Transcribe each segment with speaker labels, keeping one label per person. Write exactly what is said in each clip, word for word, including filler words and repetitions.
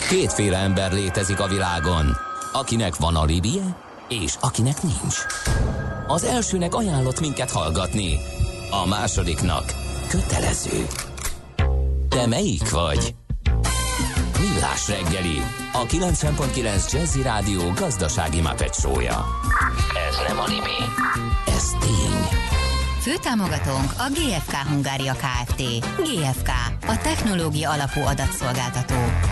Speaker 1: Kétféle ember létezik a világon, akinek van alibije, és akinek nincs. Az elsőnek ajánlott minket hallgatni, a másodiknak kötelező. Te melyik vagy? Millás reggeli, a kilencven pont kilenc Jazzy Rádió gazdasági Muppet show-ja. Ez nem anime, ez tény.
Speaker 2: Főtámogatónk a gé ef ká Hungária Kft. gé ef ká, a technológia alapú adatszolgáltató.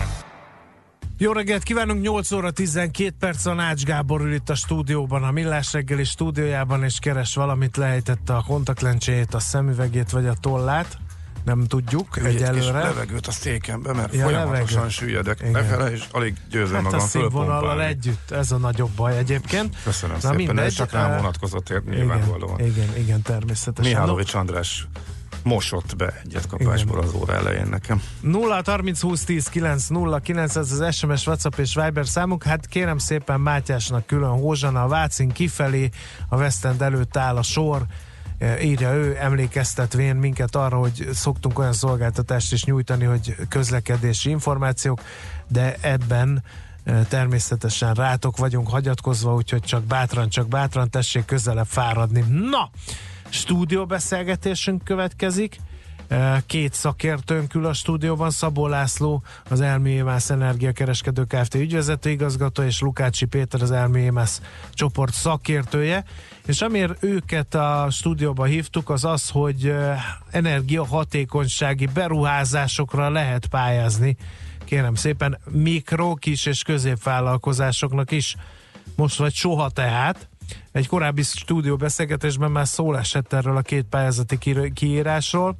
Speaker 3: Jó reggelt kívánunk, nyolc óra tizenkét perc, a Nács Gábor ül itt a stúdióban, a Millás reggeli stúdiójában, és keres valamit, lejtette a kontaktlencséjét, a szemüvegét vagy a tollát. Nem tudjuk
Speaker 4: Üljét
Speaker 3: egyelőre.
Speaker 4: És levegőt a székembe, mert
Speaker 3: ja,
Speaker 4: folyamatosan
Speaker 3: levegő.
Speaker 4: süllyedek
Speaker 3: Igen.
Speaker 4: lefele, és alig győzöm
Speaker 3: hát
Speaker 4: magam
Speaker 3: a színvonallal
Speaker 4: fölpumpálni.
Speaker 3: együtt, ez a nagyobb baj egyébként.
Speaker 4: Köszönöm
Speaker 3: Na,
Speaker 4: szépen,
Speaker 3: mindegy,
Speaker 4: ez csak rám vonatkozott ér, nyilvánvalóan.
Speaker 3: Igen, igen, igen, természetesen.
Speaker 4: Mihálovics András mosott be egyet kapásból az óra elején nekem.
Speaker 3: nulla harminc húsz tíz kilenc nulla kilenc, ez az es em es, WhatsApp és Viber számunk. Hát kérem szépen Mátyásnak külön Hózsana, a Vácin kifelé, a West End előtt áll a sor, írja ő, emlékeztetvén minket arra, hogy szoktunk olyan szolgáltatást is nyújtani, hogy közlekedési információk, de ebben természetesen rátok vagyunk hagyatkozva, úgyhogy csak bátran, csak bátran tessék közelebb fáradni. Na! Stúdióbeszélgetésünk következik. Két szakértőnk ül a stúdióban, Szabó László, az Elmi-Émász Energiakereskedő Kft. Ügyvezető igazgató, és Lukácsi Péter, az Elmi-Émász csoport szakértője. És amiért őket a stúdióba hívtuk, az az, hogy energiahatékonysági beruházásokra lehet pályázni. Kérem szépen, mikro, kis és középvállalkozásoknak is. Most vagy soha tehát. Egy korábbi stúdióbeszélgetésben már szó esett erről a két pályázati kiírásról,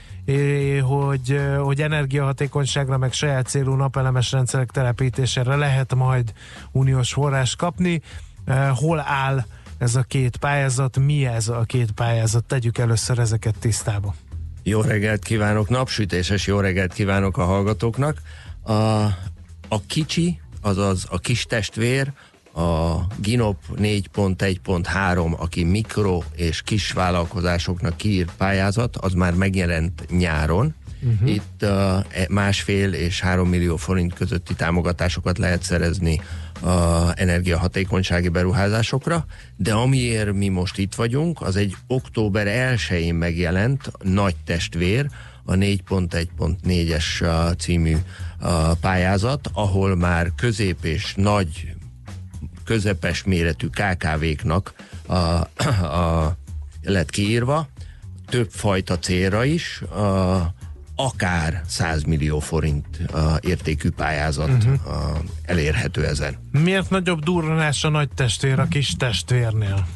Speaker 3: hogy, hogy energiahatékonyságra meg saját célú napelemes rendszerek telepítésére lehet majd uniós forrás kapni. Hol áll ez a két pályázat, mi ez a két pályázat? Tegyük először ezeket tisztába.
Speaker 5: Jó reggelt kívánok, napsütéses jó reggelt kívánok a hallgatóknak. A, a kicsi, azaz a kis testvér, a Ginop négy pont egy pont három, aki mikro és kis vállalkozásoknak kiírt pályázat, az már megjelent nyáron. Uh-huh. Itt uh, másfél és három millió forint közötti támogatásokat lehet szerezni uh, energiahatékonysági beruházásokra, de amiért mi most itt vagyunk, az egy október elsején megjelent nagy testvér, a négy pont egy pont négyes uh, című uh, pályázat, ahol már közép és nagy közepes méretű ká ká véknak a, a, lett kiírva, több fajta célra is, a, akár száz millió forint a, értékű pályázat uh-huh. a, elérhető ezen.
Speaker 3: Miért nagyobb durranás a nagy testvér a kis testvérnél?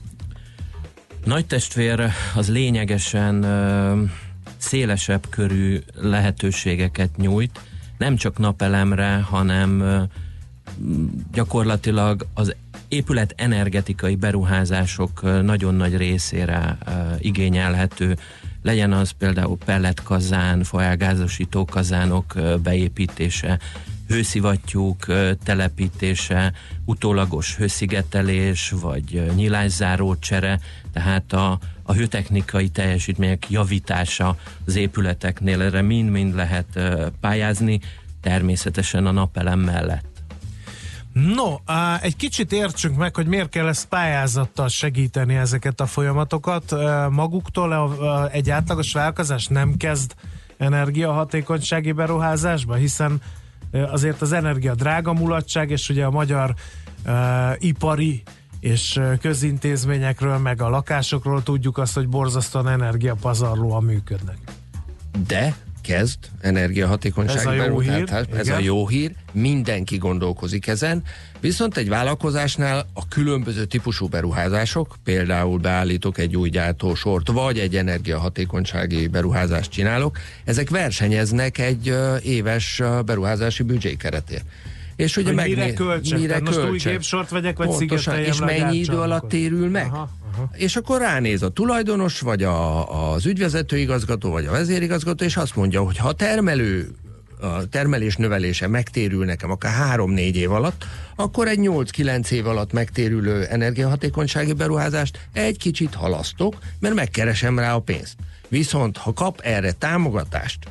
Speaker 6: Nagy testvér az lényegesen ö, szélesebb körű lehetőségeket nyújt, nem csak napelemre, hanem ö, gyakorlatilag az épület energetikai beruházások nagyon nagy részére uh, igényelhető, legyen az például pelletkazán, foelgázosító kazánok uh, beépítése, hőszivattyúk uh, telepítése, utólagos hőszigetelés, vagy uh, nyilászáró csere, tehát a, a hőtechnikai teljesítmények javítása az épületeknél, erre mind-mind lehet uh, pályázni, természetesen a napelem mellett.
Speaker 3: No, egy kicsit értsünk meg, hogy miért kell ezt pályázattal segíteni ezeket a folyamatokat. Maguktól egy átlagos vállalkozás nem kezd energiahatékonysági beruházásba, hiszen azért az energia drága mulatság, és ugye a magyar uh, ipari és közintézményekről, meg a lakásokról tudjuk azt, hogy borzasztóan energiapazarlóan működnek.
Speaker 5: De kezd energiahatékonysági beruházás, ez a jó hír, mindenki gondolkozik ezen, viszont egy vállalkozásnál a különböző típusú beruházások, például beállítok egy új gyártósort, vagy egy energiahatékonysági beruházást csinálok, ezek versenyeznek egy uh, éves uh, beruházási büdzsé keretért. És ugye
Speaker 3: megné- mire költsek?
Speaker 5: Mire
Speaker 3: most
Speaker 5: költsek?
Speaker 3: új gépsort vegyek, vagy
Speaker 5: Pontosan, és mennyi idő alatt térül meg? Aha, aha. És akkor ránéz a tulajdonos, vagy a, az ügyvezetőigazgató, vagy a vezérigazgató, és azt mondja, hogy ha a termelő a termelés növelése megtérül nekem akár három-négy év alatt, akkor egy nyolc-kilenc év alatt megtérülő energiahatékonysági beruházást egy kicsit halasztok, mert megkeresem rá a pénzt. Viszont ha kap erre támogatást,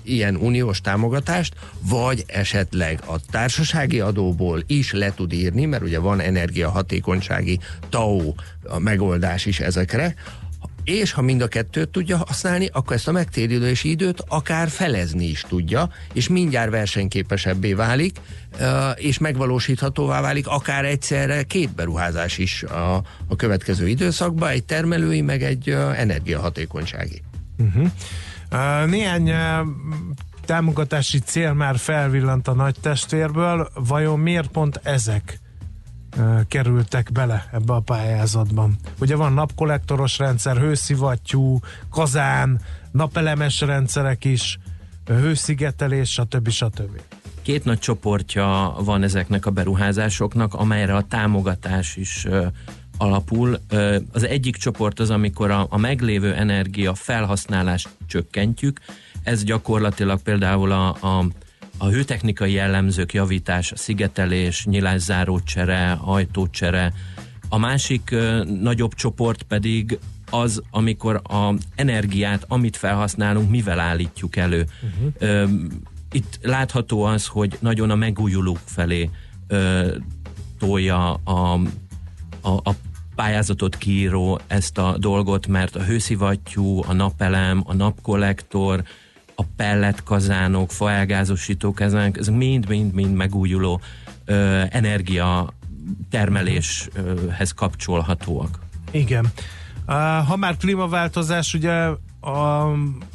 Speaker 5: ilyen uniós támogatást, vagy esetleg a társasági adóból is le tud írni, mert ugye van energiahatékonysági té á o megoldás is ezekre, és ha mind a kettőt tudja használni, akkor ezt a megtérülési időt akár felezni is tudja, és mindjárt versenyképesebbé válik, és megvalósíthatóvá válik akár egyszerre két beruházás is a, a következő időszakban, egy termelői, meg egy energiahatékonysági.
Speaker 3: Uh-huh. Uh, néhány uh, támogatási cél már felvillant a nagy testvérből, vajon miért pont ezek kerültek bele ebbe a pályázatban? Ugye van napkollektoros rendszer, hőszivattyú, kazán, napelemes rendszerek is, hőszigetelés, stb. stb.
Speaker 6: Két nagy csoportja van ezeknek a beruházásoknak, amelyre a támogatás is uh, alapul. Uh, az egyik csoport az, amikor a, a meglévő energia felhasználást csökkentjük. Ez gyakorlatilag például a, a a hőtechnikai jellemzők javítás, a szigetelés, nyilászárócsere, ajtócsere. A másik ö, nagyobb csoport pedig az, amikor a energiát, amit felhasználunk, mivel állítjuk elő. Uh-huh. Ö, itt látható az, hogy nagyon a megújulók felé ö, tolja a, a, a pályázatot kiíró ezt a dolgot, mert a hőszivattyú, a napelem, a napkollektor, a pelletkazánok, faelgázosító kazánok, ezek mind-mind-mind megújuló ö, energia termeléshez kapcsolhatóak.
Speaker 3: Igen. Uh, ha már klímaváltozás, ugye a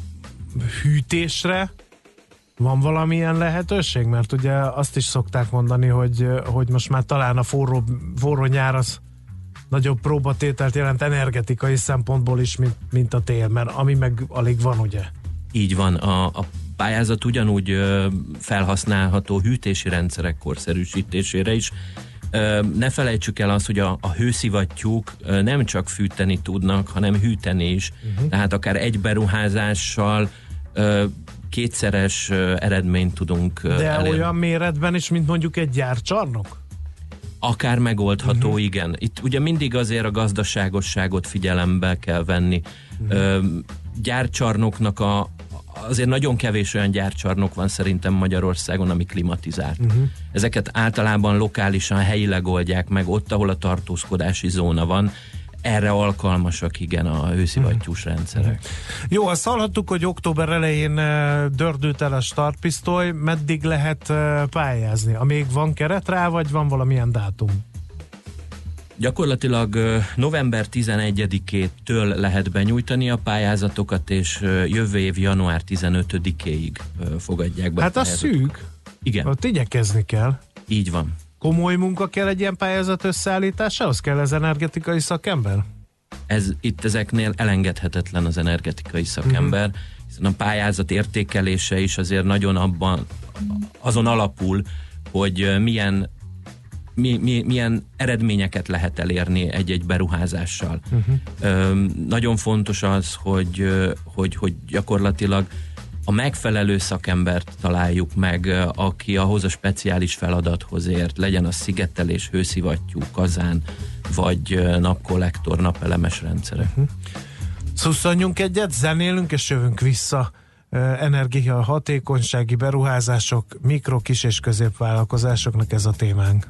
Speaker 3: hűtésre van valamilyen lehetőség? Mert ugye azt is szokták mondani, hogy, hogy most már talán a forró, forró nyár az nagyobb próbatételt jelent energetikai szempontból is, mint, mint a tél, mert ami meg alig van, ugye?
Speaker 6: Így van, a, a pályázat ugyanúgy ö, felhasználható hűtési rendszerek korszerűsítésére is. Ö, ne felejtsük el azt, hogy a, a hőszivattyúk ö, nem csak fűteni tudnak, hanem hűteni is. Uh-huh. Tehát akár egy beruházással ö, kétszeres ö, eredményt tudunk ö,
Speaker 3: De
Speaker 6: elérni.
Speaker 3: olyan méretben is, mint mondjuk egy gyárcsarnok?
Speaker 6: Akár megoldható, uh-huh. igen. Itt ugye mindig azért a gazdaságosságot figyelembe kell venni. Uh-huh. Ö, gyárcsarnoknak a azért nagyon kevés olyan gyárcsarnok van szerintem Magyarországon, ami klimatizált. Uh-huh. Ezeket általában lokálisan, helyileg oldják meg, ott, ahol a tartózkodási zóna van. Erre alkalmasak, igen, a hőszivattyús uh-huh. rendszerek.
Speaker 3: Jó, azt hallhattuk, hogy október elején dördült el a startpisztoly. Meddig lehet pályázni? Amíg van keret rá, vagy van valamilyen dátum?
Speaker 6: Gyakorlatilag november tizenegyedikétől lehet benyújtani a pályázatokat, és jövő év január tizenötödikéig fogadják be.
Speaker 3: Hát az szűk.
Speaker 6: Igen.
Speaker 3: Ott igyekezni kell.
Speaker 6: Így van.
Speaker 3: Komoly munka kell egy ilyen pályázat összeállításához? Kell ez energetikai szakember?
Speaker 6: Ez itt ezeknél elengedhetetlen az energetikai szakember, uh-huh. hiszen a pályázat értékelése is azért nagyon abban, azon alapul, hogy milyen Mi, mi, milyen eredményeket lehet elérni egy-egy beruházással. Uh-huh. Ö, nagyon fontos az, hogy, hogy, hogy gyakorlatilag a megfelelő szakembert találjuk meg, aki ahhoz a speciális feladathoz ért, legyen a szigetelés, hőszivattyú, kazán, vagy napkollektor, napelemes rendszerek. Uh-huh.
Speaker 3: Szusszanjunk egyet, zenélünk, és jövünk vissza. Energia hatékonysági beruházások, mikro, kis és középvállalkozásoknak ez a témánk.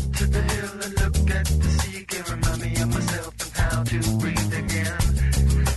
Speaker 7: Remind me of myself and how to breathe again.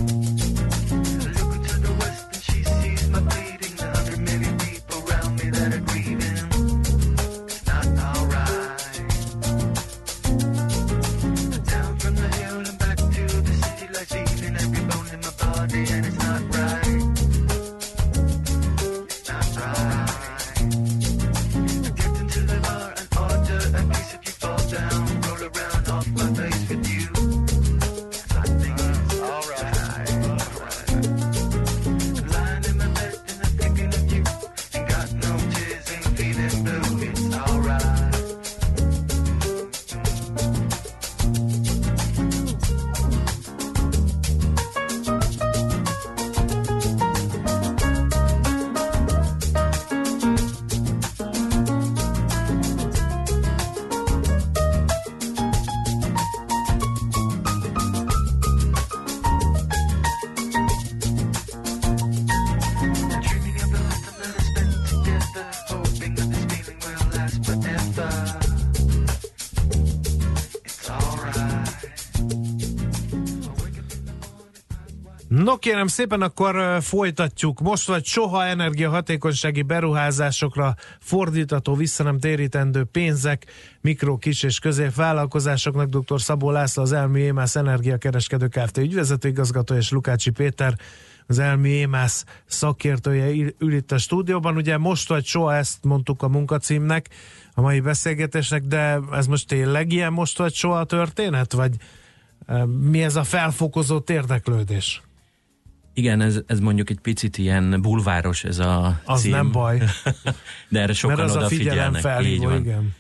Speaker 3: No kérem szépen, akkor folytatjuk. Most vagy soha energiahatékonysági beruházásokra fordítható, vissza nem térítendő pénzek mikro, kis és középvállalkozásoknak. dr. Szabó László, az Elmi Émász Energiakereskedő Kft. Ügyvezető igazgató, és Lukácsi Péter, az Elmi Émász szakértője ül itt a stúdióban. Ugye most vagy soha, ezt mondtuk a munkacímnek, a mai beszélgetésnek, de ez most tényleg ilyen most vagy soha történet? Vagy mi ez a felfokozott érdeklődés?
Speaker 6: Igen, ez, ez mondjuk egy picit ilyen bulváros ez a
Speaker 3: az
Speaker 6: cím.
Speaker 3: Nem baj.
Speaker 6: De erre sokan
Speaker 3: mert az
Speaker 6: odafigyelnek.
Speaker 3: A felhívó, igen.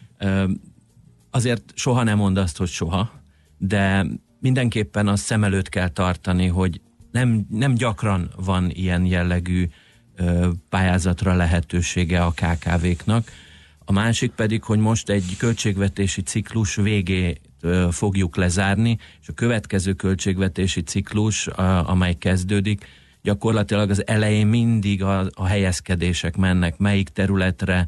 Speaker 6: Azért soha nem mond azt, hogy soha, de mindenképpen azt szem előtt kell tartani, hogy nem, nem gyakran van ilyen jellegű pályázatra lehetősége a ká ká véknak. A másik pedig, hogy most egy költségvetési ciklus végé fogjuk lezárni, és a következő költségvetési ciklus, amely kezdődik, gyakorlatilag az elején mindig a, a helyezkedések mennek, melyik területre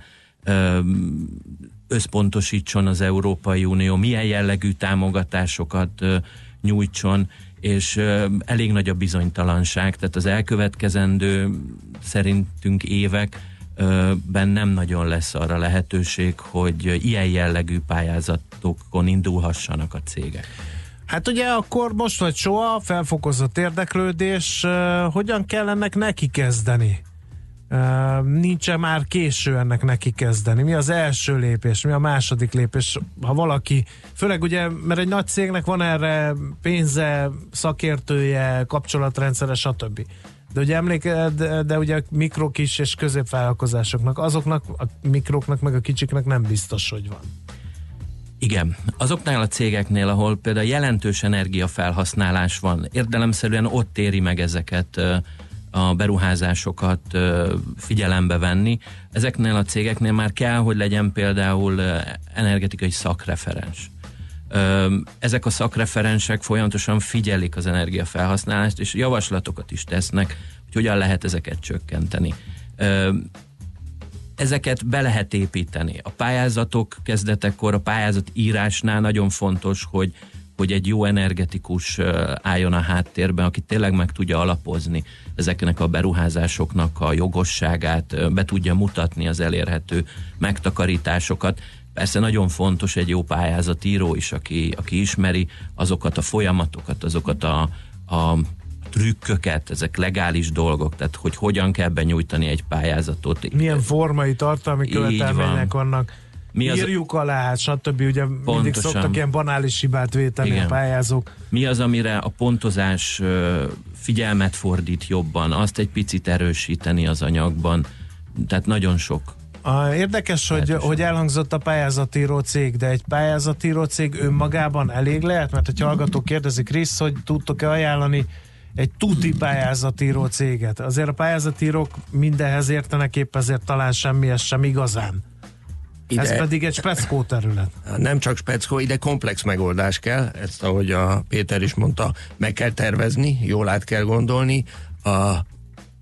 Speaker 6: összpontosítson az Európai Unió, milyen jellegű támogatásokat nyújtson, és elég nagy a bizonytalanság, tehát az elkövetkezendő szerintünk évek ben nem nagyon lesz arra lehetőség, hogy ilyen jellegű pályázatokon indulhassanak a cégek.
Speaker 3: Hát ugye akkor most vagy soha, felfokozott érdeklődés, hogyan kell ennek neki kezdeni? Nincs-e már késő ennek neki kezdeni? Mi az első lépés? Mi a második lépés? Ha valaki, főleg ugye, mert egy nagy cégnek van erre pénze, szakértője, kapcsolatrendszere, stb. De ugye emléked, de ugye mikro, kis és középvállalkozásoknak, azoknak, a mikroknak meg a kicsiknek nem biztos, hogy van.
Speaker 6: Igen. Azoknál a cégeknél, ahol például jelentős energiafelhasználás van, érdelemszerűen ott éri meg ezeket a beruházásokat figyelembe venni. Ezeknél a cégeknél már kell, hogy legyen például energetikai szakreferens. Ezek a szakreferensek folyamatosan figyelik az energiafelhasználást, és javaslatokat is tesznek, hogy hogyan lehet ezeket csökkenteni. Ezeket be lehet építeni. A pályázatok kezdetekor, a pályázat írásnál nagyon fontos, hogy, hogy egy jó energetikus álljon a háttérben, aki tényleg meg tudja alapozni ezeknek a beruházásoknak a jogosságát, be tudja mutatni az elérhető megtakarításokat. Persze nagyon fontos egy jó pályázatíró is, aki, aki ismeri azokat a folyamatokat, azokat a, a trükköket, ezek legális dolgok, tehát hogy hogyan kell benyújtani egy pályázatot.
Speaker 3: Milyen formai, tartalmi követelmények van. vannak. Mi írjuk az... alá, stb. Ugye pontosan. Mindig szoktak ilyen banális hibát véteni. Igen. A pályázók.
Speaker 6: Mi az, amire a pontozás figyelmet fordít jobban, azt egy picit erősíteni az anyagban, tehát nagyon sok.
Speaker 3: A, érdekes, hogy, hogy elhangzott a pályázatíró cég, de egy pályázatíró cég önmagában elég lehet? Mert egy hallgató kérdezik, Krisz, hogy tudtok-e ajánlani egy tuti pályázatíró céget? Azért a pályázatírók mindenhez értenek, épp ezért talán semmihez sem igazán. Ide, ez pedig egy speckó terület.
Speaker 5: Nem csak speckó, ide komplex megoldás kell, ezt ahogy a Péter is mondta, meg kell tervezni, jól át kell gondolni, a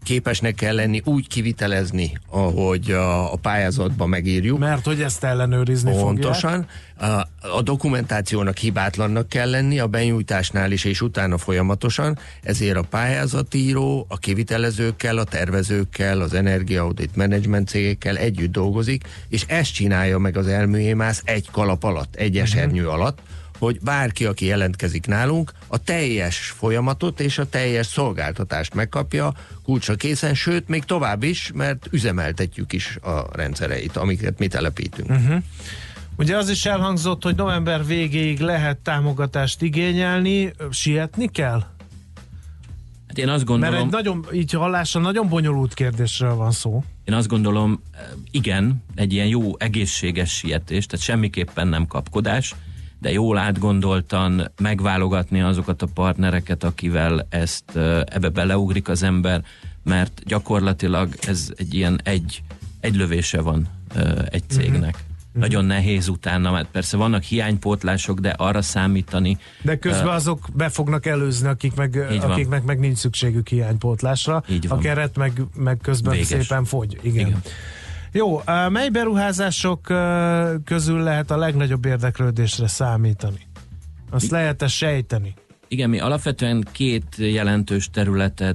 Speaker 5: képesnek kell lenni úgy kivitelezni, ahogy a, a pályázatban megírjuk.
Speaker 3: Mert hogy ezt ellenőrizni
Speaker 5: Pontosan. fogják. A, a dokumentációnak hibátlannak kell lenni, a benyújtásnál is és utána folyamatosan, ezért a pályázatíró a kivitelezőkkel, a tervezőkkel, az energiaaudit menedzsment cégekkel együtt dolgozik, és ezt csinálja meg az Elműémász egy kalap alatt, egy esernyő uh-huh. alatt, hogy bárki, aki jelentkezik nálunk, a teljes folyamatot és a teljes szolgáltatást megkapja kulcsra készen, sőt, még tovább is, mert üzemeltetjük is a rendszereit, amiket mi telepítünk. Uh-huh.
Speaker 3: Ugye az is elhangzott, hogy november végéig lehet támogatást igényelni, sietni kell?
Speaker 6: Hát én azt gondolom...
Speaker 3: Mert egy nagyon, így hallásra nagyon bonyolult kérdésről van szó.
Speaker 6: Én azt gondolom, igen, egy ilyen jó egészséges sietés, tehát semmiképpen nem kapkodás, de jól átgondoltan megválogatni azokat a partnereket, akivel ezt ebbe beleugrik az ember, mert gyakorlatilag ez egy ilyen egy, egy lövése van egy cégnek. Uh-huh. Nagyon nehéz utána, mert persze vannak hiánypótlások, de arra számítani.
Speaker 3: De közben uh, azok be fognak előzni, akik meg, akiknek meg nincs szükségük hiánypótlásra. A keret meg, meg közben Véges. szépen fogy. Igen. Igen. Jó, mely beruházások közül lehet a legnagyobb érdeklődésre számítani? Azt lehet-e sejteni?
Speaker 6: Igen, mi alapvetően két jelentős területet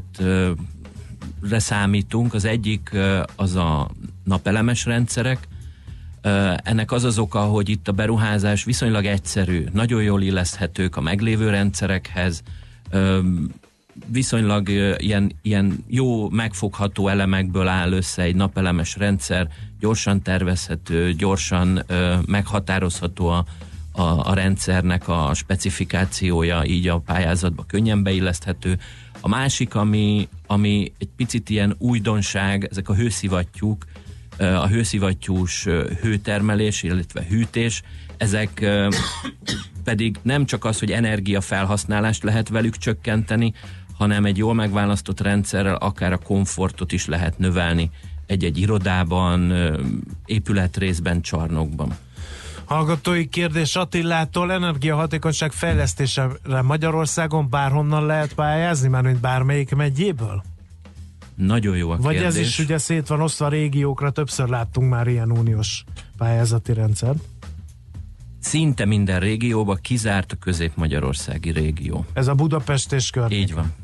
Speaker 6: számítunk. Az egyik az a napelemes rendszerek. Ennek az az oka, hogy itt a beruházás viszonylag egyszerű, nagyon jól illeszthetők a meglévő rendszerekhez, viszonylag ilyen, ilyen jó, megfogható elemekből áll össze egy napelemes rendszer, gyorsan tervezhető, gyorsan ö, meghatározható a, a, a rendszernek a specifikációja, így a pályázatba könnyen beilleszthető. A másik, ami, ami egy picit ilyen újdonság, ezek a hőszivattyúk, a hőszivattyús hőtermelés, illetve hűtés, ezek pedig nem csak az, hogy energiafelhasználást lehet velük csökkenteni, hanem egy jól megválasztott rendszerrel akár a komfortot is lehet növelni egy-egy irodában, épületrészben, csarnokban.
Speaker 3: Hallgatói kérdés Attilától: energiahatékonyság fejlesztésére Magyarországon bárhonnan lehet pályázni, már mint bármelyik megyéből?
Speaker 6: Nagyon jó a
Speaker 3: Vagy
Speaker 6: kérdés.
Speaker 3: ez is ugye szét van osztva régiókra, többször láttunk már ilyen uniós pályázati rendszert.
Speaker 6: Szinte minden régióban, kizárt a közép-magyarországi régió.
Speaker 3: Ez a Budapest és környék.
Speaker 6: Így van.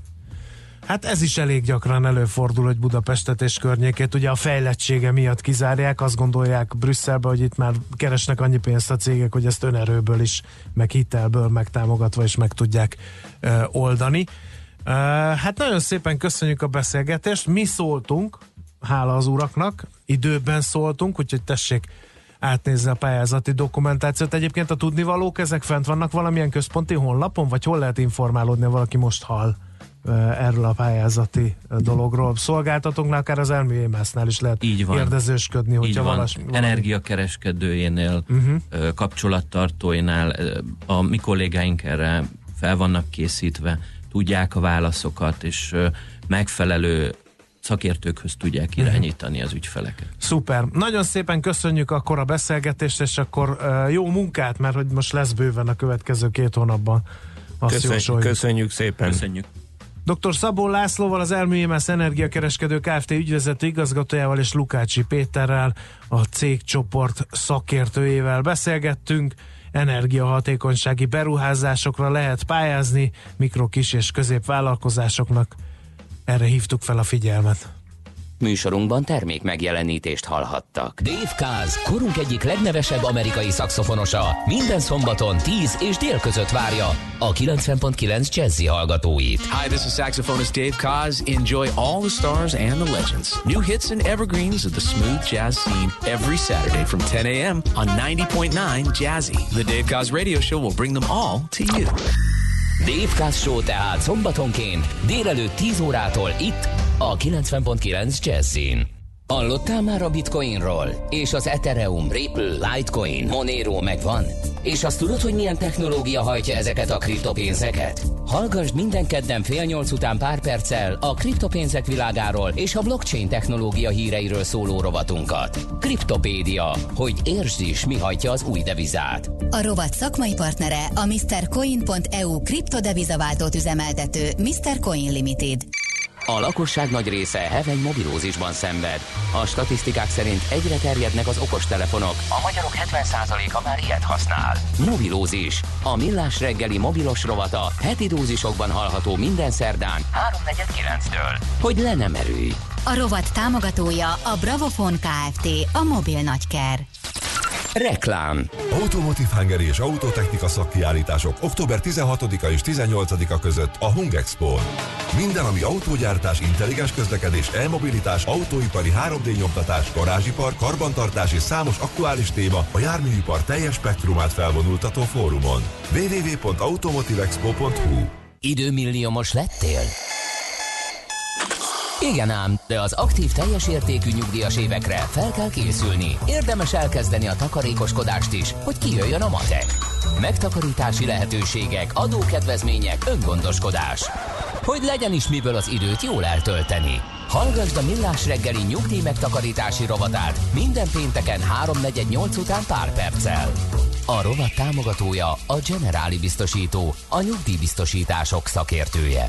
Speaker 3: Hát ez is elég gyakran előfordul, hogy Budapestet és környékét ugye a fejlettsége miatt kizárják, azt gondolják Brüsszelbe, hogy itt már keresnek annyi pénzt a cégek, hogy ezt önerőből is, meg hitelből megtámogatva is meg tudják uh, oldani. Uh, hát nagyon szépen köszönjük a beszélgetést, mi szóltunk, hála az uraknak, időben szóltunk, úgyhogy tessék átnézni a pályázati dokumentációt. Egyébként a tudnivalók, ezek fent vannak valamilyen központi honlapon, vagy hol lehet informálódni, ha valaki most hall uh, erről a pályázati uh, dologról? Szolgáltatónknál, akár az Elműémásznál is lehet kérdezősködni, hogyha valami...
Speaker 6: Energiakereskedőjénél, uh-huh. kapcsolattartóinál, a mi kollégáink erre fel vannak készítve, tudják a válaszokat, és megfelelő szakértőkhöz tudják irányítani az ügyfeleket.
Speaker 3: Szuper. Nagyon szépen köszönjük akkor a beszélgetést, és akkor jó munkát, mert hogy most lesz bőven a következő két hónapban. Azt
Speaker 5: Köszönjük, köszönjük szépen.
Speaker 6: Köszönjük.
Speaker 3: doktor Szabó Lászlóval, az Elműémász Energiakereskedő Kft. Ügyvezető igazgatójával és Lukácsi Péterrel, a cégcsoport szakértőjével beszélgettünk. Energiahatékonysági beruházásokra lehet pályázni, mikro, kis és középvállalkozásoknak. Erre hívtuk fel a figyelmet.
Speaker 1: Műsorunkban termék megjelenítést hallhattak. Dave Kaz, korunk egyik legnevesebb amerikai szaxofonosa, minden szombaton tíz és dél között várja a kilencven pont kilenc Jazzy hallgatóit.
Speaker 7: Hi, this is saxophonist Dave Kaz. Enjoy all the stars and the legends. New hits and evergreens of the smooth jazz scene every Saturday from ten a.m. on ninety point nine Jazzy. The Dave Kaz Radio Show will bring them all to you.
Speaker 1: Dave Kaz Show tehát szombatonként délelőtt tíz órától itt a kilencven pont kilenc Jazzin. Hallottál már a Bitcoinról? És az Ethereum, Ripple, Litecoin, Monero megvan? És azt tudod, hogy milyen technológia hajtja ezeket a kriptopénzeket? Hallgassd minden kedden fél nyolc után pár perccel a kriptopénzek világáról és a blockchain technológia híreiről szóló rovatunkat. Kriptopédia, hogy értsd is, mi hajtja az új devizát.
Speaker 2: A rovat szakmai partnere a mister coin pont e u kriptodevizaváltót üzemeltető mister Coin Limited.
Speaker 1: A lakosság nagy része heveny mobilózisban szenved. A statisztikák szerint egyre terjednek az okostelefonok. A magyarok hetven százaléka már ilyet használ. Mobilózis. A Millás reggeli mobilos rovata heti dózisokban hallható minden szerdán háromnegyed kilenctől. Hogy le nem erőj.
Speaker 2: A rovat támogatója a Bravofon Kft. A mobil nagyker.
Speaker 1: Reklám.
Speaker 8: Automotive Hungary és autotechnika szakkiállítások október tizenhatodika és tizennyolcadika között a Hung Expo. Minden, ami autógyártás, intelligens közlekedés, e-mobilitás, autóipari három dé nyomtatás, garázsipar, karbantartás és számos aktuális téma a járműipar teljes spektrumát felvonultató fórumon. double-u double-u double-u pont automotivexpo pont hu.
Speaker 1: Időmilliómos lettél? Igen ám, de az aktív teljes értékű nyugdíjas évekre fel kell készülni. Érdemes elkezdeni a takarékoskodást is, hogy kijöjjön a matek. Megtakarítási lehetőségek, adókedvezmények, öngondoskodás. Hogy legyen is miből az időt jól eltölteni. Hallgasd a Millás reggeli nyugdíj megtakarítási rovatát minden pénteken háromnegyed nyolc után pár perccel. A rovat támogatója a Generáli biztosító, a nyugdíjbiztosítások szakértője.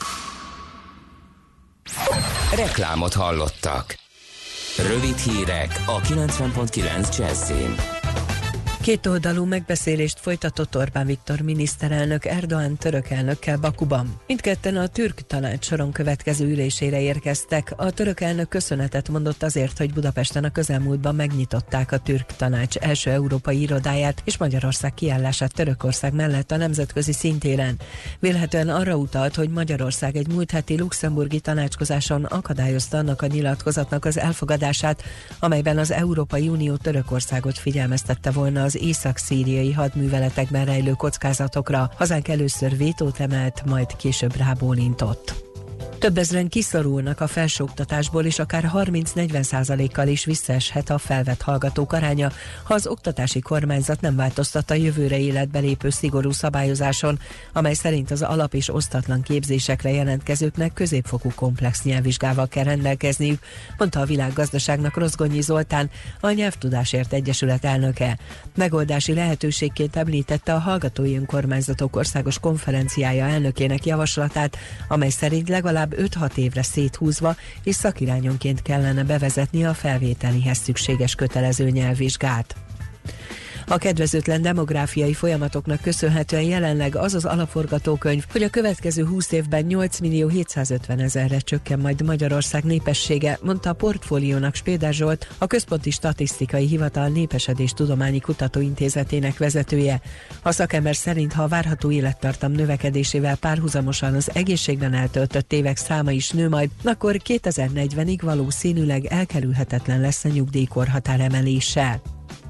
Speaker 1: Reklámot hallottak. Rövid hírek a kilencven pont kilenc Jazzin.
Speaker 9: Kétoldalú megbeszélést folytatott Orbán Viktor miniszterelnök Erdoğan török elnökkel Bakuban. Mindketten a türk tanács soron következő ülésére érkeztek. A török elnök köszönetet mondott azért, hogy Budapesten a közelmúltban megnyitották a türk tanács első európai irodáját és Magyarország kiállását Törökország mellett a nemzetközi szintéren. Vélhetően arra utalt, hogy Magyarország egy múlt heti luxemburgi tanácskozáson akadályozta annak a nyilatkozatnak az elfogadását, amelyben az Európai Unió Törökországot figyelmeztette volna az az észak-szíriai hadműveletekben rejlő kockázatokra. Hazánk először vétót emelt, majd később rábólintott. Több ezren kiszorulnak a felsőoktatásból, és akár harminc-negyven százalékkal is visszaeshet a felvett hallgatók aránya, ha az oktatási kormányzat nem változtat a jövőre életbe lépő szigorú szabályozáson, amely szerint az alap- és osztatlan képzésekre jelentkezőknek középfokú komplex nyelvvizsgával kell rendelkezniük, mondta a Világgazdaságnak Rozgonyi Zoltán, a Nyelvtudásért Egyesület elnöke. Megoldási lehetőségként említette a Hallgatói Önkormányzatok Országos Konferenciája elnökének javaslatát, amely szerint legalább öt-hat évre széthúzva és szakirányonként kellene bevezetni a felvételihez szükséges kötelező nyelvvizsgát. A kedvezőtlen demográfiai folyamatoknak köszönhetően jelenleg az az alapforgatókönyv, hogy a következő húsz évben nyolc millió hétszázötven ezerre csökken majd Magyarország népessége, mondta a Portfóliónak Spéder Zsolt, a Központi Statisztikai Hivatal Népesedés Tudományi Kutatóintézetének vezetője. A szakember szerint, ha a várható élettartam növekedésével párhuzamosan az egészségben eltöltött évek száma is nő majd, akkor kétezer-negyvenig valószínűleg elkerülhetetlen lesz a nyugdíjkorhatár emelése.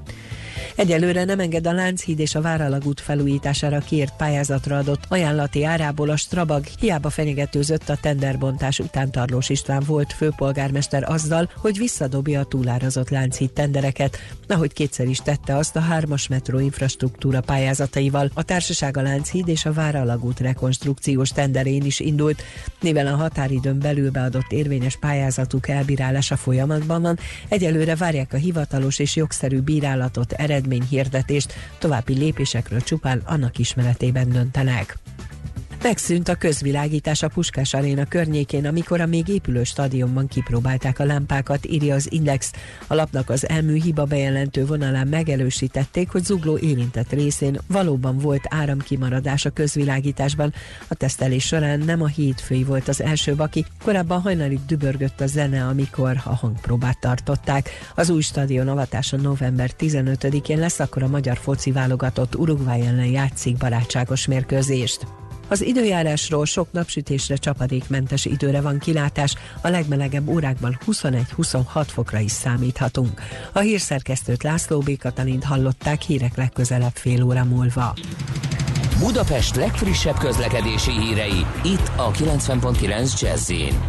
Speaker 9: Egyelőre nem enged a Lánchíd és a Váralagút felújítására kiírt pályázatra adott ajánlati árából a Strabag, hiába fenyegetőzött a tenderbontás után Tarlós István volt főpolgármester azzal, hogy visszadobja a túlárazott Lánchíd tendereket, ahogy kétszer is tette azt a hármas metró infrastruktúra pályázataival. A társaság a Lánchíd és a Váralagút rekonstrukciós tenderén is indult, mivel a határidőn belül beadott érvényes pályázatuk elbírálása folyamatban van, egyelőre várják a hivatalos és jogszerű bírálatot, eredményhirdetést, további lépésekről csupán annak ismeretében döntenek. Megszűnt a közvilágítás a Puskás Aréna környékén, amikor a még épülő stadionban kipróbálták a lámpákat, írja az Index. A lapnak az elmű hiba bejelentő vonalán megerősítették, hogy Zugló érintett részén valóban volt áramkimaradás a közvilágításban. A tesztelés során nem a hétfői volt az első baki, korábban hajnalig dübörgött a zene, amikor a hangpróbát tartották. Az új stadion avatása november tizenötödikén lesz, akkor a magyar foci válogatott Uruguay ellen játszik barátságos mérkőzést. Az időjárásról: sok napsütésre, csapadékmentes időre van kilátás, a legmelegebb órákban huszonegy-huszonhat fokra is számíthatunk. A hírszerkesztőt, László B. Katalint hallották, hírek legközelebb fél óra múlva.
Speaker 1: Budapest legfrissebb közlekedési hírei, itt a kilencven pont kilenc Jazz-in.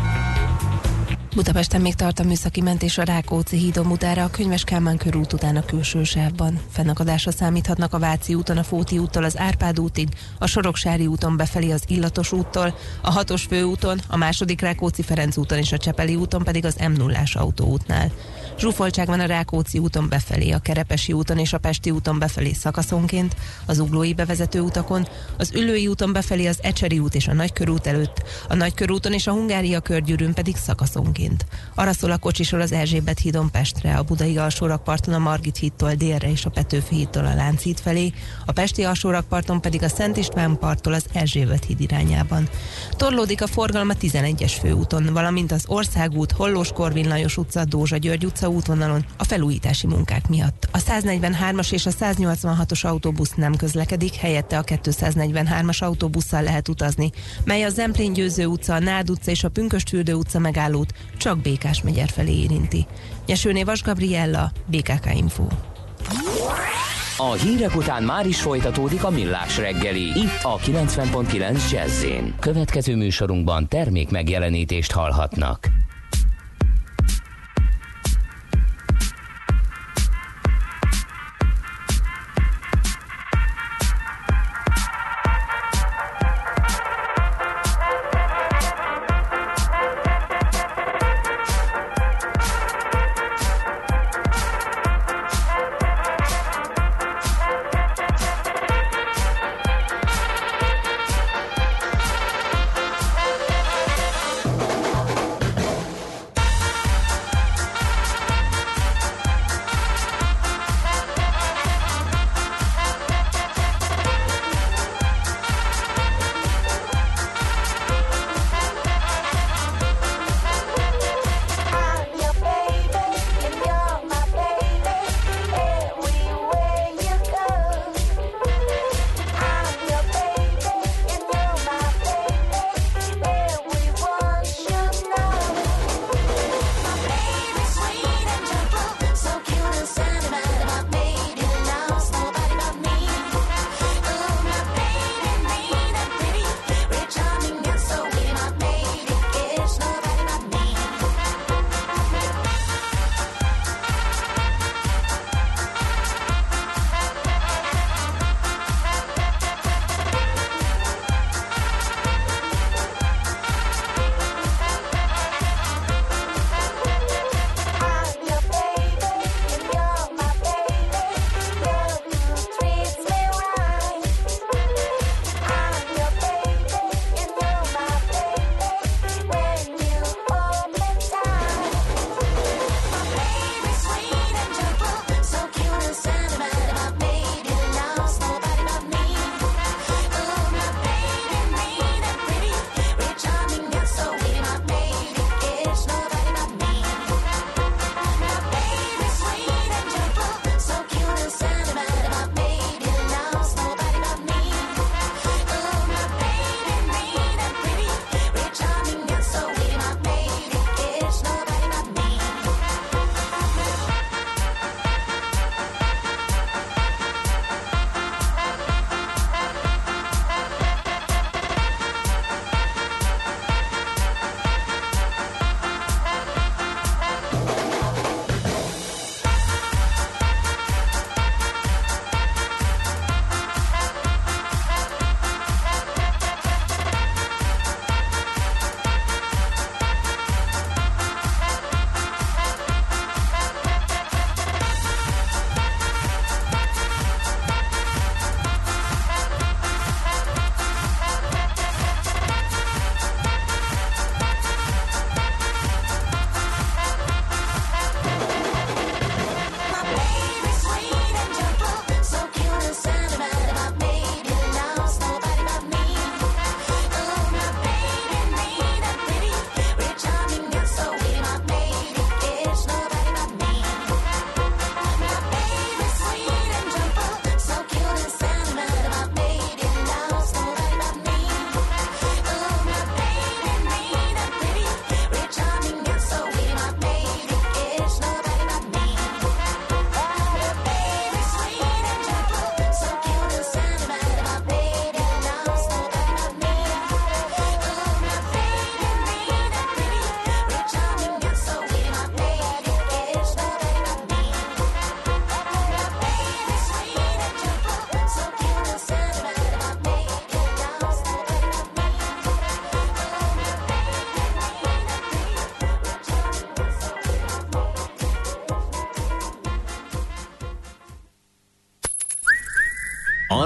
Speaker 10: Budapesten még tart a műszaki mentés a Rákóczi hídon Budára, a Könyves Kálmán körút után a külső sávban. Fennakadásra számíthatnak a Váci úton, a Fóti úttól az Árpád útig, a Soroksári úton befelé az Illatos úttól, a hatos főúton, a második Rákóczi-Ferenc úton és a Csepeli úton pedig az M nullás autóútnál. Zsúfoltság van a Rákóczi úton befelé, a Kerepesi úton és a Pesti úton befelé szakaszonként, az Uglói bevezető utakon, az Üllői úton befelé az Ecseri út és a Nagykörút előtt, a Nagykörúton és a Hungária körgyűrűn pedig szakaszonként. Arra szól a kocsisor az Erzsébet hídon Pestre, a Budai alsórakparton a Margit hídtól délre és a Petőfi hídtól a Lánchíd felé, a Pesti alsórakparton pedig a Szent István parttól az Erzsébet híd irányában. Torlódik a forgalom a tizenegyes főúton, valamint az Országút, Hollós Korvin Lajos utca, Dózsa György utca útvonalon a felújítási munkák miatt. A száznegyvenhármas és a száznyolcvanhatos autóbusz nem közlekedik, helyette a kétszáznegyvenhármas autóbusszal lehet utazni, mely a Zemplén Győző utca, a Nád utca és a Pünkösdfürdő utca megállót csak Békásmegyer felé érinti. Nyesőné Vas Gabriella, bé ká ká Info.
Speaker 1: A hírek után már is folytatódik a Millás reggeli, itt a kilencven pont kilenc Jazz-én. Következő műsorunkban termék megjelenítést hallhatnak.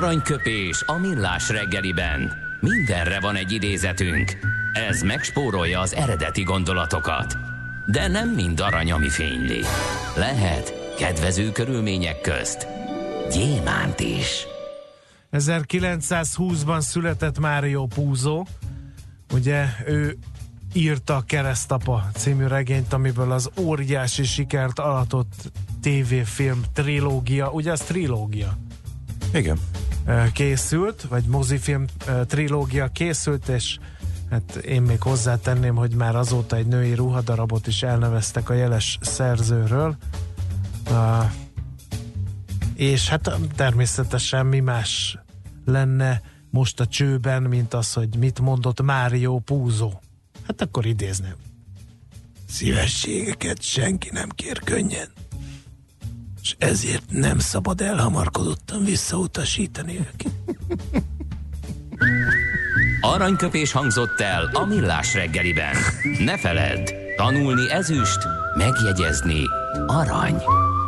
Speaker 1: Aranyköpés a millás reggeliben. Mindenre van egy idézetünk. Ez megspórolja az eredeti gondolatokat. De nem mind arany, ami fényli. Lehet kedvező körülmények közt gyémánt is.
Speaker 3: ezerkilencszázhúszban született Mario Puzo. Ugye ő írta a Keresztapa című regényt, amiből az óriási sikert aratott tévéfilm trilógia, ugye az trilógia?
Speaker 4: Igen.
Speaker 3: Készült, vagy mozifilm trilógia készült, és hát én még hozzátenném, hogy már azóta egy női ruhadarabot is elneveztek a jeles szerzőről. Uh, és hát természetesen mi más lenne most a csőben, mint az, hogy mit mondott Mario Puzo. Hát akkor idézném. Szívességeket senki nem kér könnyen, és ezért nem szabad elhamarkodottan visszautasítani őket.
Speaker 1: Aranyköpés hangzott el a millás reggeliben. Ne feledd, tanulni ezüst, megjegyezni arany.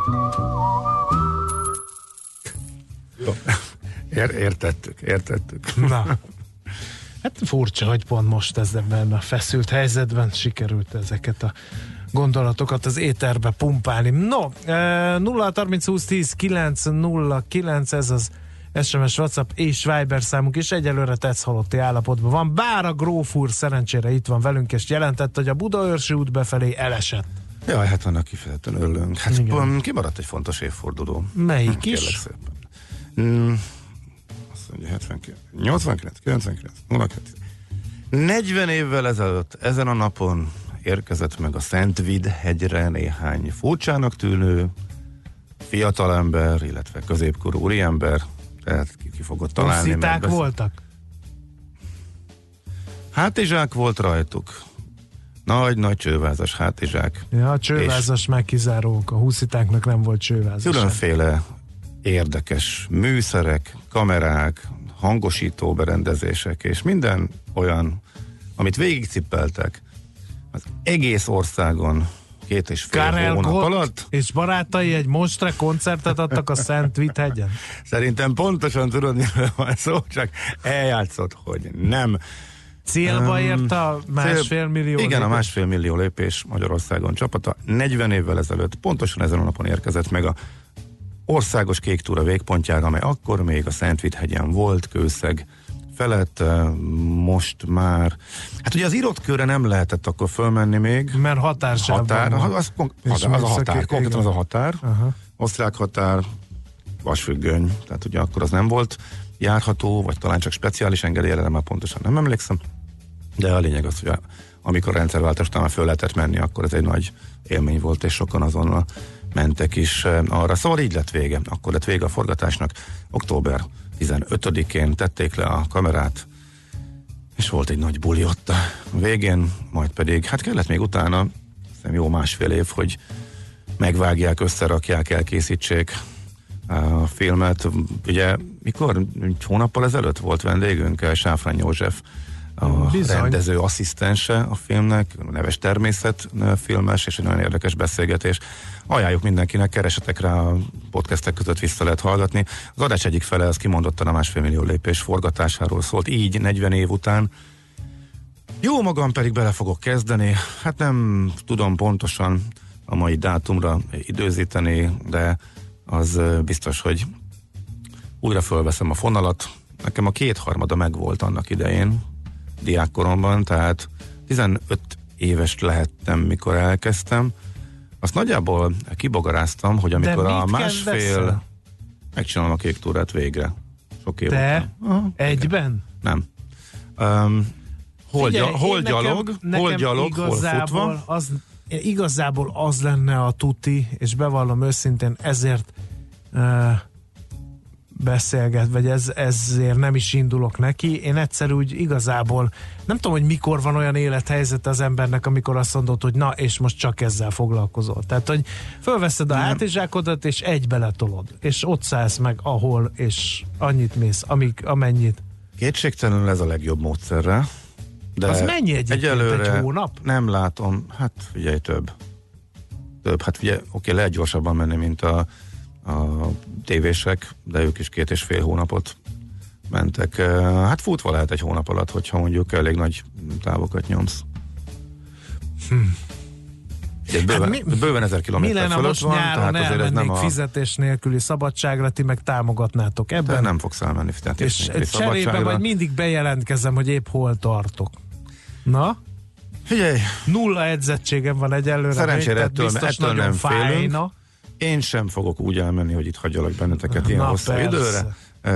Speaker 4: Ér, értettük, értettük.
Speaker 3: Na, hát furcsa, hogy pont most ebben a feszült helyzetben sikerült ezeket a gondolatokat az éterbe pumpálni. No, nulla harminc húsz tíz kilenc nulla kilenc, ez az es em es, WhatsApp és Viber számunk is, egyelőre tetsz halotti állapotban van, bár a gróf úr szerencsére itt van velünk, és jelentett, hogy a Budaörsi út befelé elesett.
Speaker 4: Jaj, hát annak kifejezetten örülünk. Hát igen. Kimaradt egy fontos évforduló.
Speaker 3: Melyik is?
Speaker 4: Mm, azt mondja, hetvenkilenc, nyolcvankilenc, kilencvenkilenc, nulla kettő. negyven évvel ezelőtt ezen a napon érkezett meg a Szentvid hegyre néhány furcsának tűnő fiatalember, illetve középkorú úriember, tehát ki, ki fogod találni.
Speaker 3: Husziták voltak?
Speaker 4: Hátizsák volt rajtuk. Nagy-nagy csővázas hátizsák.
Speaker 3: Ja, a csővázas már kizárók, a huszitáknak nem volt csővázas.
Speaker 4: Különféle érdekes műszerek, kamerák, hangosító berendezések, és minden olyan, amit végigcippeltek az egész országon két és fél
Speaker 3: Karel
Speaker 4: hónap
Speaker 3: Gott
Speaker 4: alatt.
Speaker 3: És barátai egy monstre koncertet adtak a Szentvid hegyen?
Speaker 4: Szerintem pontosan tudod, miről van szó, csak eljátszott, hogy nem.
Speaker 3: Célba ért a másfél millió
Speaker 4: Igen,
Speaker 3: lépés?
Speaker 4: a másfél millió lépés Magyarországon csapata negyven évvel ezelőtt pontosan ezen a napon érkezett meg a országos kék túra végpontjára, amely akkor még a Szentvid hegyen volt, Kőszeg felett, most már, hát ugye az írott körre nem lehetett akkor fölmenni még.
Speaker 3: Mert határsávban
Speaker 4: határ,
Speaker 3: van.
Speaker 4: az, az, az, az a határ, konkrétan az a határ,
Speaker 3: Aha.
Speaker 4: osztrák határ, vasfüggöny, tehát ugye akkor az nem volt járható, vagy talán csak speciális engedélyre, már pontosan nem emlékszem, de a lényeg az, hogy a, amikor a rendszerváltás után már föl lehetett menni, akkor ez egy nagy élmény volt, és sokan azonnal mentek is arra. Szóval így lett vége. Akkor lett vége a forgatásnak. október tizenötödikén tették le a kamerát, és volt egy nagy buli ott a végén, majd pedig, hát kellett még utána, hiszem jó másfél év, hogy megvágják, összerakják, elkészítsék a filmet. Ugye, mikor? Egy hónappal ezelőtt volt vendégünk, Sáfrány József, a Bizony. rendező asszisztense a filmnek, neves természet filmes, és egy nagyon érdekes beszélgetés. Ajánljuk mindenkinek, keresetek rá, a podcastek között vissza lehet hallgatni. Az adás egyik fele az kimondottan a másfél millió lépés forgatásáról szólt, így negyven év után. Jó magam pedig bele fogok kezdeni, hát nem tudom pontosan a mai dátumra időzíteni, de az biztos, hogy újra fölveszem a fonalat. Nekem a kétharmada megvolt annak idején, diákkoromban, tehát tizenöt éves lehettem, mikor elkezdtem. Azt nagyjából kibogaráztam, hogy amikor a másfél megcsinálom a kék túrát végre. Sok év
Speaker 3: Te?
Speaker 4: után.
Speaker 3: Egyben?
Speaker 4: Nem. Um, hol,
Speaker 3: Figyelj,
Speaker 4: gyal, hol
Speaker 3: nekem,
Speaker 4: gyalog,
Speaker 3: nekem
Speaker 4: hol gyalog, hol futva.
Speaker 3: Az, igazából az lenne a tuti, és bevallom őszintén, ezért uh, beszélget, vagy ez, ezért nem is indulok neki. Én egyszer úgy igazából nem tudom, hogy mikor van olyan élethelyzet az embernek, amikor azt mondod, hogy na, és most csak ezzel foglalkozol. Tehát, hogy fölveszed a nem. hátizsákodat, és egybe letolod. És ott szállsz meg, ahol, és annyit mész, amíg, amennyit.
Speaker 4: Kétségtelenül ez a legjobb módszerre. De
Speaker 3: az mennyi egyébként,
Speaker 4: egyelőre
Speaker 3: egy hónap?
Speaker 4: Nem látom, hát figyelj, több. Több, hát figyelj, oké, lehet gyorsabban menni, mint a a tévések, de ők is két és fél hónapot mentek. Hát futva lehet egy hónap alatt, hogyha mondjuk elég nagy távokat nyomsz. Hm. Bőven, hát mi, bőven ezer kilométer fölött van. Mi lenne most nyáron elmennék
Speaker 3: a... fizetés nélküli szabadságra, ti meg támogatnátok ebben?
Speaker 4: De nem fogsz elmenni fizetés nélküli szabadságra. És cserébe vagy mindig
Speaker 3: bejelentkezem, hogy épp hol tartok. Na?
Speaker 4: Figyelj!
Speaker 3: Nulla edzettségem van egyelőre.
Speaker 4: Szerencsére ettől, ettől nem félünk. Én sem fogok úgy elmenni, hogy itt hagyjalak benneteket ilyen hosszú időre.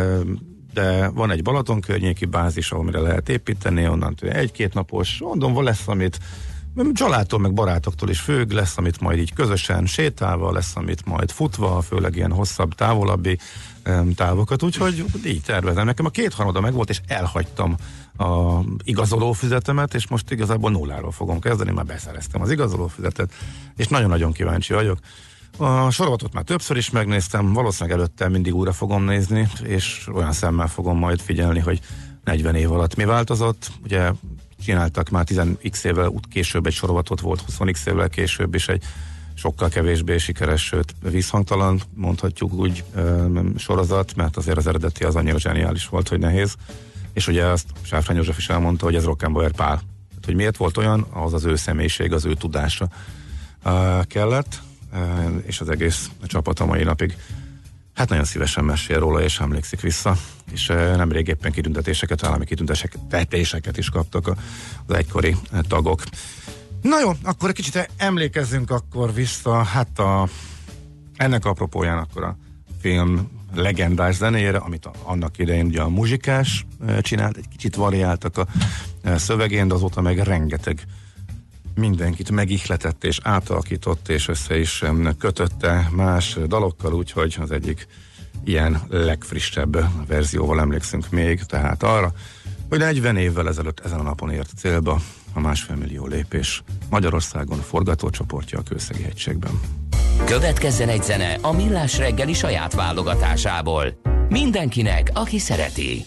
Speaker 4: De van egy Balaton környéki bázis, amire lehet építeni, onnan egy-két napos, mondom, lesz, amit családtól, meg barátoktól is függ, lesz, amit majd így közösen sétálva, lesz, amit majd futva, főleg ilyen hosszabb, távolabbi távokat, úgyhogy így tervezem. Nekem a kétharmada megvolt, és elhagytam a igazolófüzetemet, és most igazából nulláról fogom kezdeni, már beszereztem az igazolófüzetet, és nagyon-nagyon kíváncsi vagyok. A sorozatot már többször is megnéztem, valószínűleg előtte mindig újra fogom nézni, és olyan szemmel fogom majd figyelni, hogy negyven év alatt mi változott. Ugye csináltak már tíz x évvel később egy sorozatot, volt húsz x évvel később is egy sokkal kevésbé sikeres, sőt vízhangtalan, mondhatjuk úgy sorozat, mert azért az eredeti az annyira zseniális volt, hogy nehéz. És ugye azt Sáfrány József is elmondta, hogy ez Rockenbauer Pál. Hát, hogy miért volt olyan, az az ő személyiség, az ő tudása uh, kellett, uh, és az egész csapat a mai napig hát nagyon szívesen mesél róla, és emlékszik vissza, és uh, nemrég éppen kitüntetéseket, állami kitüntetéseket is kaptak a, az egykori uh, tagok. Na jó, akkor egy kicsit emlékezzünk akkor vissza, hát a, ennek apropóján akkor a film legendás zenéjére, amit a, annak idején ugye a Muzsikás e, csinált, egy kicsit variáltak a e, szövegén, de azóta meg rengeteg mindenkit megihletett és átalakított, és össze is e, kötötte más dalokkal, úgyhogy az egyik ilyen legfrissebb verzióval emlékszünk még, tehát arra, hogy negyven évvel ezelőtt ezen a napon ért célba a másfél millió lépés Magyarországon forgatócsoportja a Kőszegi-hegységben.
Speaker 1: Következzen egy zene a Millás reggeli saját válogatásából. Mindenkinek, aki szereti.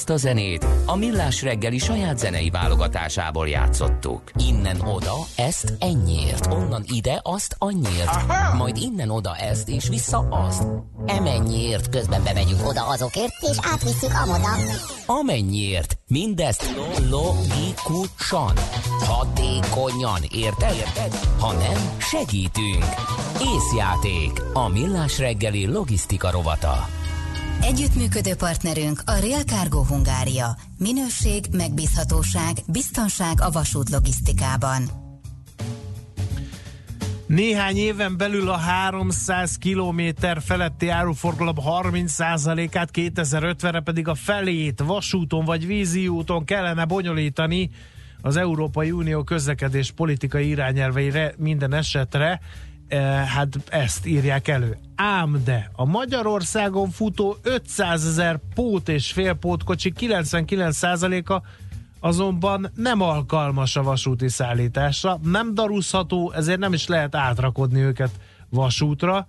Speaker 1: Ezt a zenét a Millás reggeli saját zenei válogatásából játszottuk. Innen oda, ezt ennyiért, onnan ide, azt annyiért, aha, majd innen oda ezt, és vissza azt. Emennyiért, közben bemegyünk oda azokért, és átvisszük amoda. Amennyiért, mindezt logikusan, hatékonyan, érted? Érted? Ha nem, segítünk. Észjáték, a Millás reggeli logisztika rovata.
Speaker 2: Együttműködő partnerünk a Rail Cargo Hungária. Minőség, megbízhatóság, biztonság a vasút logisztikában.
Speaker 3: Néhány éven belül a háromszáz kilométer feletti áruforgalom harminc százalékát, kétezer-ötvenre pedig a felét vasúton vagy vízi úton kellene bonyolítani az Európai Unió közlekedés politikai irányelveire minden esetre. Hát ezt írják elő. Ám de a Magyarországon futó ötszázezer pót és félpótkocsi kilencvenkilenc százaléka azonban nem alkalmas a vasúti szállításra, nem darúzható, ezért nem is lehet átrakodni őket vasútra,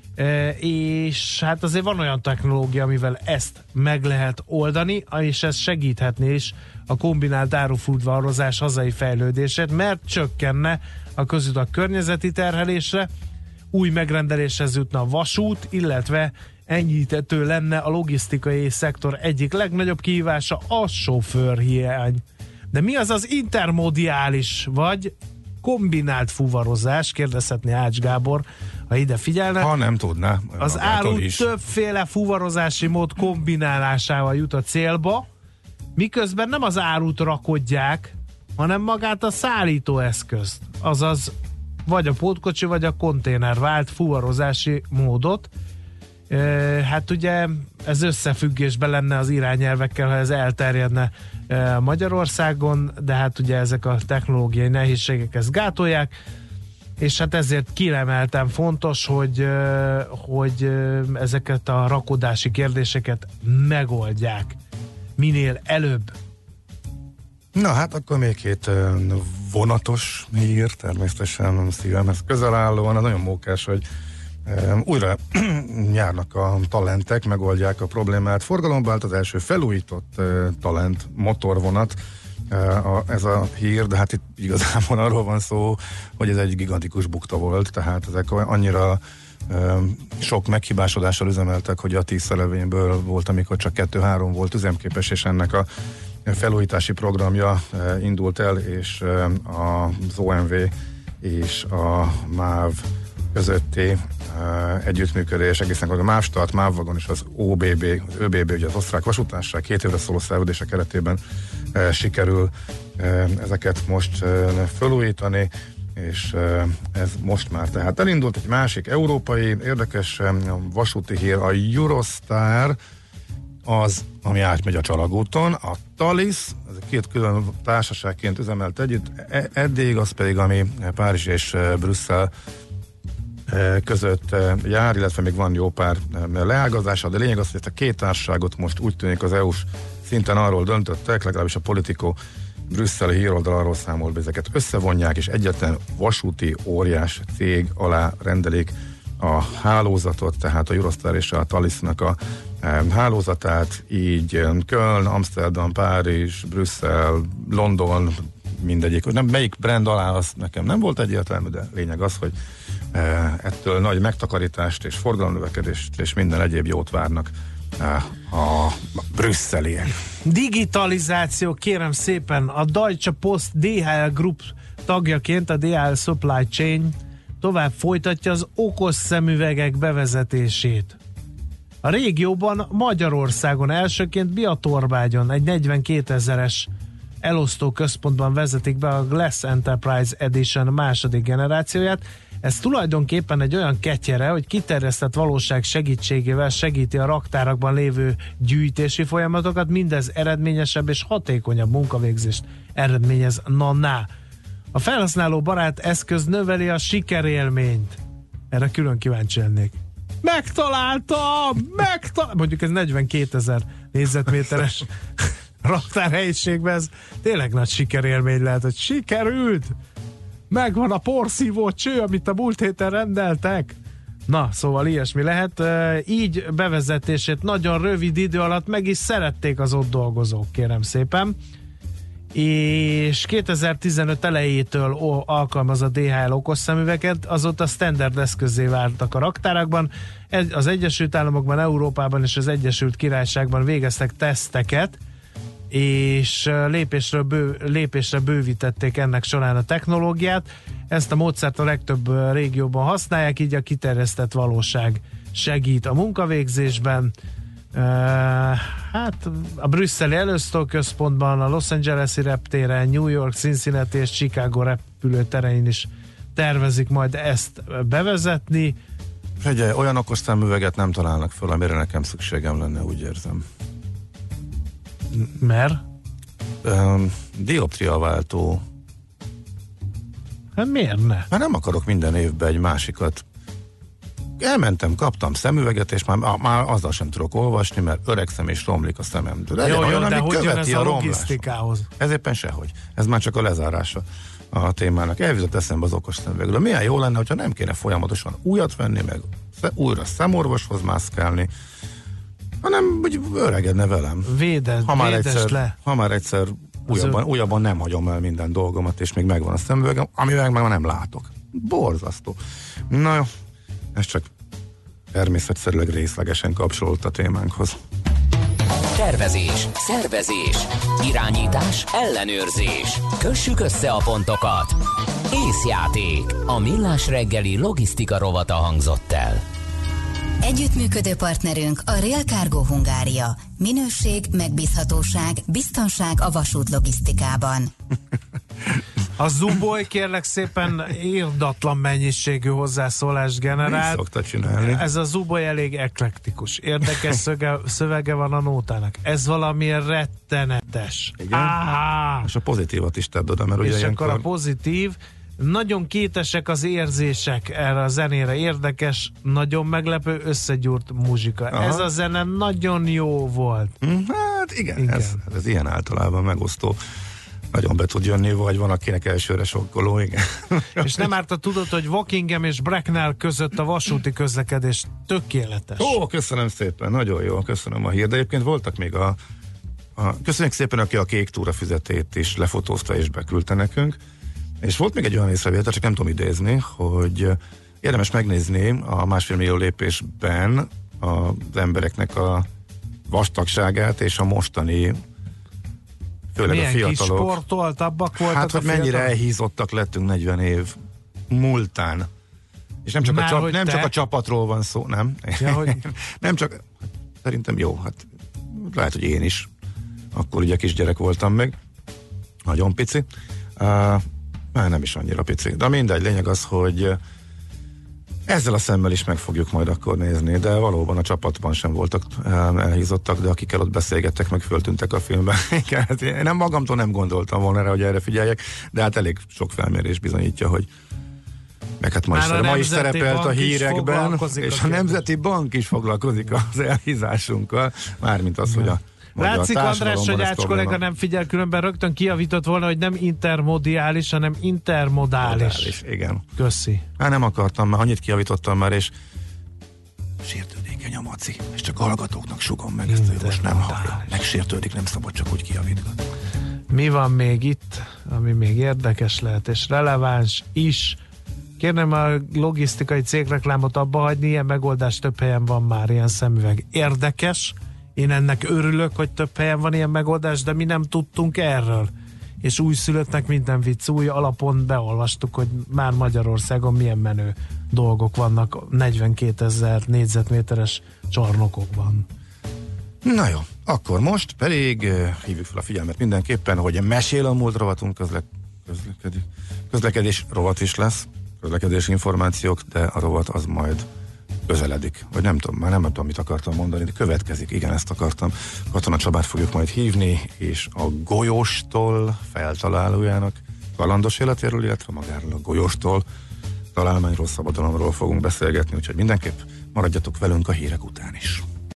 Speaker 3: és hát azért van olyan technológia, amivel ezt meg lehet oldani, és ez segíthetné is a kombinált árufudvarozás hazai fejlődését, mert csökkenne a közutak környezeti terhelésre, új megrendeléshez jutna a vasút, illetve enyhíthető lenne a logisztikai szektor egyik legnagyobb kihívása, a sofőrhiány. De mi az az intermodiális vagy kombinált fuvarozás? Kérdezhetné Ács Gábor, ha ide figyelne.
Speaker 4: Ha nem tudná.
Speaker 3: Az áru többféle fuvarozási mód kombinálásával jut a célba, miközben nem az árut rakodják, hanem magát a szállítóeszközt, azaz vagy a pótkocsi, vagy a konténer vált fuvarozási módot. E, hát ugye ez összefüggésben lenne az irányelvekkel, ha ez elterjedne e, Magyarországon, de hát ugye ezek a technológiai nehézségek ezt gátolják, és hát ezért kiemelten fontos, hogy, e, hogy e, ezeket a rakodási kérdéseket megoldják minél előbb.
Speaker 4: Na hát akkor még két vonatos hír, természetesen szívemhez közel állóan, az nagyon mókás, hogy újra járnak a talentek, megoldják a problémát. Forgalomba állt az első felújított talent motorvonat, ez a hír, de hát itt igazából arról van szó, hogy ez egy gigantikus bukta volt, tehát ezek annyira sok meghibásodással üzemeltek, hogy a tíz szelevényből volt, amikor csak kettő-három volt üzemképes, és ennek a felújítási programja indult el, és az o em vé és a MÁV közötti együttműködés, egészen a MÁV Start, MÁV Vagon és az o bé bé, az ö bé bé, ugye az osztrák vasútársaság két évre szóló szerződése keretében sikerül ezeket most felújítani, és ez most már tehát elindult. Egy másik európai érdekes vasúti hír, a Eurostar, az, ami átmegy a Csalagúton, a Thalys, ez két külön társaságként üzemelt együtt, e- eddig az pedig, ami Párizs és Brüsszel között jár, illetve még van jó pár leágazása, de lényeg az, hogy ezt a két társaságot most úgy tűnik az é u-s szinten arról döntöttek, legalábbis a Politico brüsszeli híroldal arról számol, hogy ezeket összevonják, és egyetlen vasúti óriás cég alá rendelik a hálózatot, tehát a Eurostar és a Thalysnak a hálózatát, így Köln, Amsterdam, Párizs, Brüsszel, London, mindegyik. Nem, melyik brand alá, az nekem nem volt egyértelmű, de lényeg az, hogy ettől nagy megtakarítást és forgalomnövekedést és minden egyéb jót várnak a brüsszeliek.
Speaker 3: Digitalizáció, kérem szépen, a Deutsche Post dé há el Group tagjaként a dé há el Supply Chain tovább folytatja az okos szemüvegek bevezetését. A régióban Magyarországon elsőként Biatorbágyon egy negyvenkétezeres elosztó központban vezetik be a Glass Enterprise Edition második generációját. Ez tulajdonképpen egy olyan ketyere, hogy kiterjesztett valóság segítségével segíti a raktárakban lévő gyűjtési folyamatokat, mindez eredményesebb és hatékonyabb munkavégzést eredményez. Na-na! A felhasználó barát eszköz növeli a sikerélményt. Erre külön kíváncsi lennék. Megtaláltam! Megtaláltam! Mondjuk ez negyvenkétezer négyzetméteres raktárhelyiségben, ez tényleg nagy sikerélmény lehet, hogy sikerült! Megvan a porszívó cső, amit a múlt héten rendeltek. Na, szóval ilyesmi lehet. Így bevezetését nagyon rövid idő alatt meg is szerették az ott dolgozók, kérem szépen. És kétezer-tizenöt elejétől alkalmaz a dé há el okos szemüveket, azóta standard eszközzé váltak a raktárakban. Az Egyesült Államokban, Európában és az Egyesült Királyságban végeztek teszteket, és lépésről bő, lépésre bővítették ennek során a technológiát. Ezt a módszert a legtöbb régióban használják, így a kiterjesztett valóság segít a munkavégzésben. Uh, hát a brüsszeli elősztóközpontban, a Los Angeles-i reptéren, New York, Cincinnati és Chicago repülőterein is tervezik majd ezt bevezetni.
Speaker 4: Figyelj, olyan okos szemüveget nem találnak föl, amire nekem szükségem lenne, úgy érzem.
Speaker 3: Mert?
Speaker 4: Um, dioptriaváltó.
Speaker 3: Hát miért ne?
Speaker 4: Hát nem akarok minden évben egy másikat. Elmentem, kaptam szemüveget, és már, már azzal sem tudok olvasni, mert öregszem és romlik a szemem. De
Speaker 3: jó,
Speaker 4: olyan,
Speaker 3: jó, de hogy jön ez a, a
Speaker 4: logisztikához? Ez éppen sehogy. Ez már csak a lezárása a témának. Elvizott eszembe az okos szemüvegről. Milyen jó lenne, hogyha nem kéne folyamatosan újat venni, meg újra szemorvoshoz mászkálni, hanem úgy öregedne velem.
Speaker 3: Véded,
Speaker 4: ha már egyszer,
Speaker 3: le.
Speaker 4: Ha már egyszer újabban, újabban nem hagyom el minden dolgomat, és még megvan a szemüvegem, amivel meg nem látok. Borzasztó. Na jó, ez csak természetszerűleg részlegesen kapcsolódott a témánkhoz.
Speaker 1: Tervezés, szervezés, irányítás, ellenőrzés. Kössük össze a pontokat. Észjáték. A Millás reggeli logisztika rovata hangzott el.
Speaker 2: Együttműködő partnerünk a Rail Cargo Hungária. Minőség, megbízhatóság, biztonság a vasút logisztikában.
Speaker 3: A Zuboly kérlek szépen irdatlan mennyiségű hozzászólást generál.
Speaker 4: Mi szokta csinálni?
Speaker 3: Ez a Zuboly elég eklektikus. Érdekes szöge, szövege van a nótának. Ez valami rettenetes.
Speaker 4: Igen?
Speaker 3: Áhá!
Speaker 4: És a pozitívat is tedd oda, mert ugye
Speaker 3: és
Speaker 4: ilyenkor...
Speaker 3: akkor a pozitív. Nagyon kétesek az érzések erre a zenére. Érdekes, nagyon meglepő, összegyúrt muzsika. Aha. Ez a zene nagyon jó volt.
Speaker 4: Hát igen, igen. Ez, ez ilyen általában megosztó. Nagyon be tud jönni, vagy van akinek elsőre sokkoló, igen.
Speaker 3: És nem árt a tudod, hogy Wokingham és Bracknell között a vasúti közlekedés tökéletes.
Speaker 4: Ó, köszönöm szépen, nagyon jó, köszönöm a hír. De egyébként voltak még a, a köszönjük szépen, aki a kék túra füzetét is lefotózta és beküldte nekünk. És volt még egy olyan észrevétel, csak nem tudom idézni, hogy érdemes megnézni a másfél millió lépésben az embereknek a vastagságát és a mostani, főleg
Speaker 3: milyen
Speaker 4: a fiatalok.
Speaker 3: Milyen sportoltabbak voltak
Speaker 4: hát,
Speaker 3: a
Speaker 4: hogy mennyire
Speaker 3: fiatalok?
Speaker 4: elhízottak lettünk negyven év múltán. És nem csak,
Speaker 3: Már,
Speaker 4: a, csap, nem csak a csapatról van szó, nem?
Speaker 3: Ja, hogy...
Speaker 4: nem csak, szerintem jó, hát lehet, hogy én is. Akkor ugye kisgyerek voltam meg. Nagyon pici. Uh, Már nem is annyira pici. De mindegy, lényeg az, hogy ezzel a szemmel is meg fogjuk majd akkor nézni, de valóban a csapatban sem voltak elhízottak, de akikkel ott beszélgettek, meg föltűntek a filmben. Én nem magamtól nem gondoltam volna rá, hogy erre figyeljek, de hát elég sok felmérés bizonyítja, hogy meg hát ma is, ma is szerepelt a hírekben, és a Nemzeti Bank is foglalkozik az elhízásunkkal, mármint az, hogy a
Speaker 3: látszik, András, hogy Ács kollega nem figyel, különben rögtön kijavított volna, hogy nem intermodiális, hanem intermodális.
Speaker 4: Modális, igen.
Speaker 3: Köszi.
Speaker 4: Hát nem akartam, mert annyit kijavítottam már, és sértődékeny a maci, és csak a hallgatóknak sugom meg ezt, hogy most nem hallja. Megsértődik, nem szabad csak úgy kijavítgatni.
Speaker 3: Mi van még itt, ami még érdekes lehet, és releváns is? Kérném a logisztikai cégreklámot abba hagyni, ilyen megoldás több helyen van már, ilyen szemüveg. Érdekes, én ennek örülök, hogy több helyen van ilyen megoldás, de mi nem tudtunk erről. És újszülöttnek minden vicc, új alapon beolvastuk, hogy már Magyarországon milyen menő dolgok vannak negyvenkétezer négyzetméteres csarnokokban.
Speaker 4: Na jó, akkor most pedig uh, hívjuk fel a figyelmet mindenképpen, hogy mesél a múlt rovatunk, közle- közlekedés, közlekedés rovat is lesz, közlekedési információk, de a rovat az majd közeledik, vagy nem tudom, már nem tudom, mit akartam mondani, de következik, igen, ezt akartam. Katona Csabát fogjuk majd hívni, és a golyóstól feltalálójának kalandos életéről, illetve magáról a golyóstól találmányról, szabadalomról fogunk beszélgetni, úgyhogy mindenképp maradjatok velünk a hírek után is.